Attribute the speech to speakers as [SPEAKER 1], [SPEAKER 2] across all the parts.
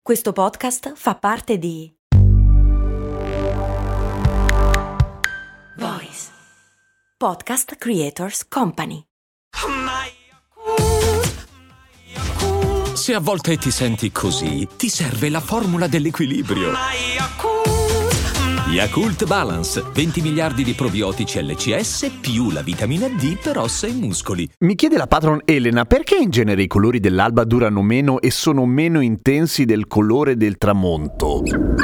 [SPEAKER 1] Questo podcast fa parte di Voice Podcast Creators Company.
[SPEAKER 2] Se a volte ti senti così, ti serve la formula dell'equilibrio. Yakult Balance, 20 miliardi di probiotici LCS più la vitamina D per ossa e muscoli.
[SPEAKER 3] Mi chiede la patron Elena perché in genere i colori dell'alba durano meno e sono meno intensi del colore del tramonto.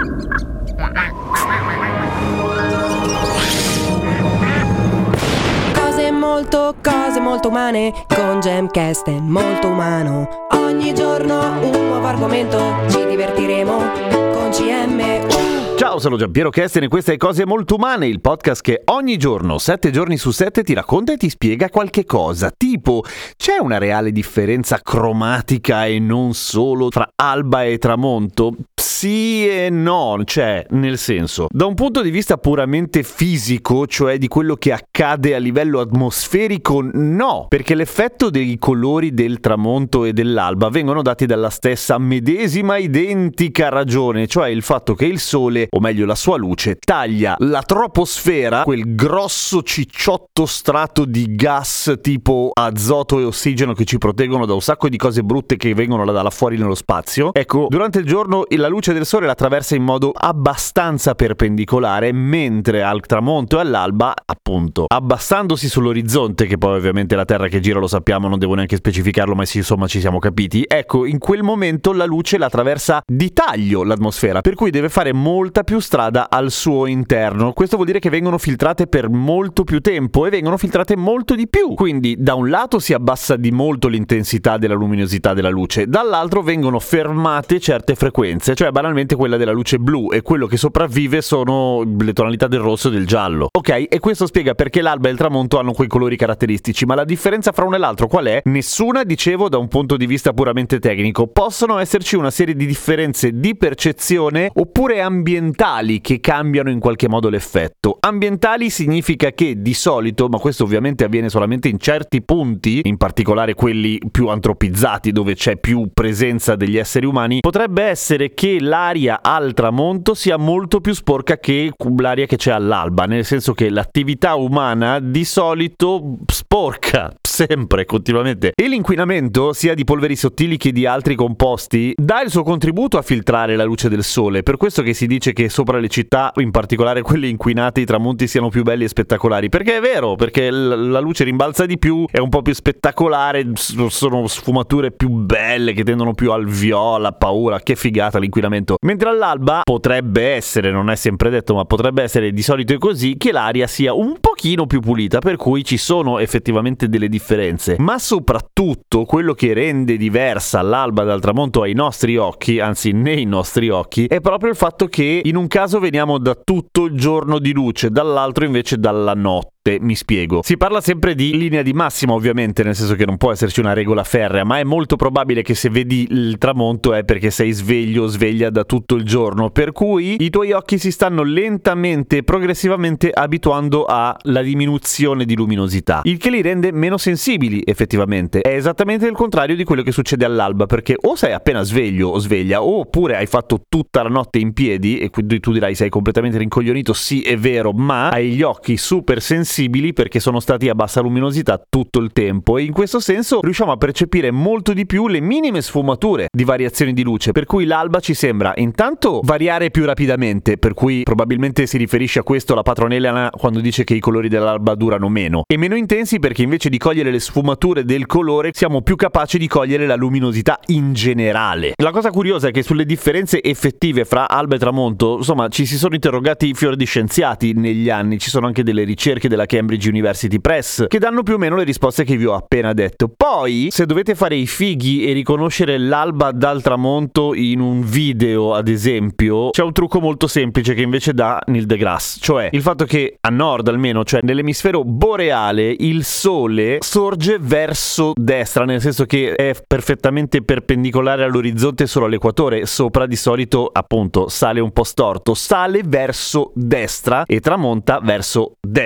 [SPEAKER 4] Cose molto umane, con Gemcast è molto umano. Ogni giorno un nuovo argomento, ci divertiremo con CM.
[SPEAKER 3] Ciao, sono Giampiero Kesten e questa è Cose Molto Umane, il podcast che ogni giorno, 7 giorni su 7, ti racconta e ti spiega qualche cosa. Tipo, c'è una reale differenza cromatica e non solo tra alba e tramonto? Sì e no, c'è, nel senso, da un punto di vista puramente fisico, cioè di quello che accade a livello atmosferico, no, perché l'effetto dei colori del tramonto e dell'alba vengono dati dalla stessa medesima identica ragione, cioè il fatto che il sole, o meglio la sua luce, taglia la troposfera, quel grosso cicciotto strato di gas tipo azoto e ossigeno che ci proteggono da un sacco di cose brutte che vengono da là fuori nello spazio. Ecco, durante il giorno la luce del sole la attraversa in modo abbastanza perpendicolare, mentre al tramonto e all'alba, appunto, abbassandosi sull'orizzonte, che poi ovviamente la Terra che gira lo sappiamo, non devo neanche specificarlo, ma sì, insomma ci siamo capiti. Ecco, in quel momento la luce la attraversa di taglio l'atmosfera, per cui deve fare molta più strada al suo interno. Questo vuol dire che vengono filtrate per molto più tempo e vengono filtrate molto di più. Quindi da un lato si abbassa di molto l'intensità della luminosità della luce, dall'altro vengono fermate certe frequenze, cioè banalmente quella della luce blu, e quello che sopravvive sono le tonalità del rosso e del giallo. Ok, e questo spiega perché l'alba e il tramonto hanno quei colori caratteristici, ma la differenza fra uno e l'altro qual è? Nessuna, dicevo, da un punto di vista puramente tecnico. Possono esserci una serie di differenze di percezione oppure ambientali che cambiano in qualche modo l'effetto. Ambientali significa che di solito, ma questo ovviamente avviene solamente in certi punti, in particolare quelli più antropizzati dove c'è più presenza degli esseri umani, potrebbe essere che l'aria al tramonto sia molto più sporca che l'aria che c'è all'alba, nel senso che l'attività umana di solito sporca sempre, continuamente, e l'inquinamento sia di polveri sottili che di altri composti dà il suo contributo a filtrare la luce del sole. Per questo che si dice che sopra le città, in particolare quelle inquinate, i tramonti siano più belli e spettacolari, perché è vero, perché la luce rimbalza di più, è un po' più spettacolare, sono sfumature più belle che tendono più al viola, paura, che figata l'inquinamento. Mentre all'alba potrebbe essere, non è sempre detto, ma potrebbe essere, di solito è così, che l'aria sia un pochino più pulita, per cui ci sono effettivamente delle differenze. Ma soprattutto quello che rende diversa l'alba dal tramonto ai nostri occhi, anzi nei nostri occhi, è proprio il fatto che in un caso veniamo da tutto il giorno di luce, dall'altro invece dalla notte. Mi spiego. Si parla sempre di linea di massima, ovviamente, nel senso che non può esserci una regola ferrea, ma è molto probabile che se vedi il tramonto è perché sei sveglio o sveglia da tutto il giorno, per cui i tuoi occhi si stanno lentamente e progressivamente abituando alla diminuzione di luminosità, il che li rende meno sensibili effettivamente. È esattamente il contrario di quello che succede all'alba, perché o sei appena sveglio o sveglia, oppure hai fatto tutta la notte in piedi e quindi tu dirai sei completamente rincoglionito. Sì, è vero, ma hai gli occhi super sensibili perché sono stati a bassa luminosità tutto il tempo, e in questo senso riusciamo a percepire molto di più le minime sfumature di variazioni di luce, per cui l'alba ci sembra intanto variare più rapidamente, per cui probabilmente si riferisce a questo la patron Elena quando dice che i colori dell'alba durano meno, e meno intensi perché invece di cogliere le sfumature del colore siamo più capaci di cogliere la luminosità in generale. La cosa curiosa è che sulle differenze effettive fra alba e tramonto, insomma, ci si sono interrogati fior di scienziati negli anni. Ci sono anche delle ricerche della Cambridge University Press che danno più o meno le risposte che vi ho appena detto. Poi, se dovete fare i fighi e riconoscere l'alba dal tramonto in un video, ad esempio, c'è un trucco molto semplice che invece dà Neil deGrasse, cioè il fatto che a nord almeno, cioè nell'emisfero boreale, il sole sorge verso destra, nel senso che è perfettamente perpendicolare all'orizzonte solo all'equatore. Sopra di solito, appunto, sale un po' storto, sale verso destra e tramonta verso destra, per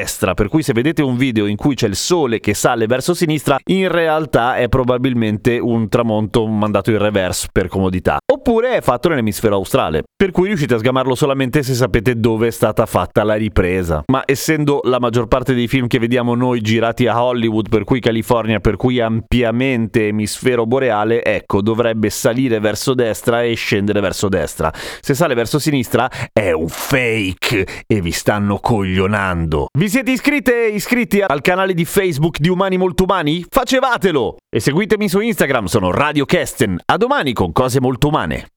[SPEAKER 3] per cui se vedete un video in cui c'è il sole che sale verso sinistra, in realtà è probabilmente un tramonto mandato in reverse per comodità. Oppure è fatto nell'emisfero australe, per cui riuscite a sgamarlo solamente se sapete dove è stata fatta la ripresa. Ma essendo la maggior parte dei film che vediamo noi girati a Hollywood, per cui California, per cui ampiamente emisfero boreale, ecco, dovrebbe salire verso destra e scendere verso destra. Se sale verso sinistra è un fake e vi stanno coglionando. Vi siete iscritti al canale di Facebook di Umani Molto Umani? Facevatelo! E seguitemi su Instagram, sono Radio Kesten. A domani con cose molto umane.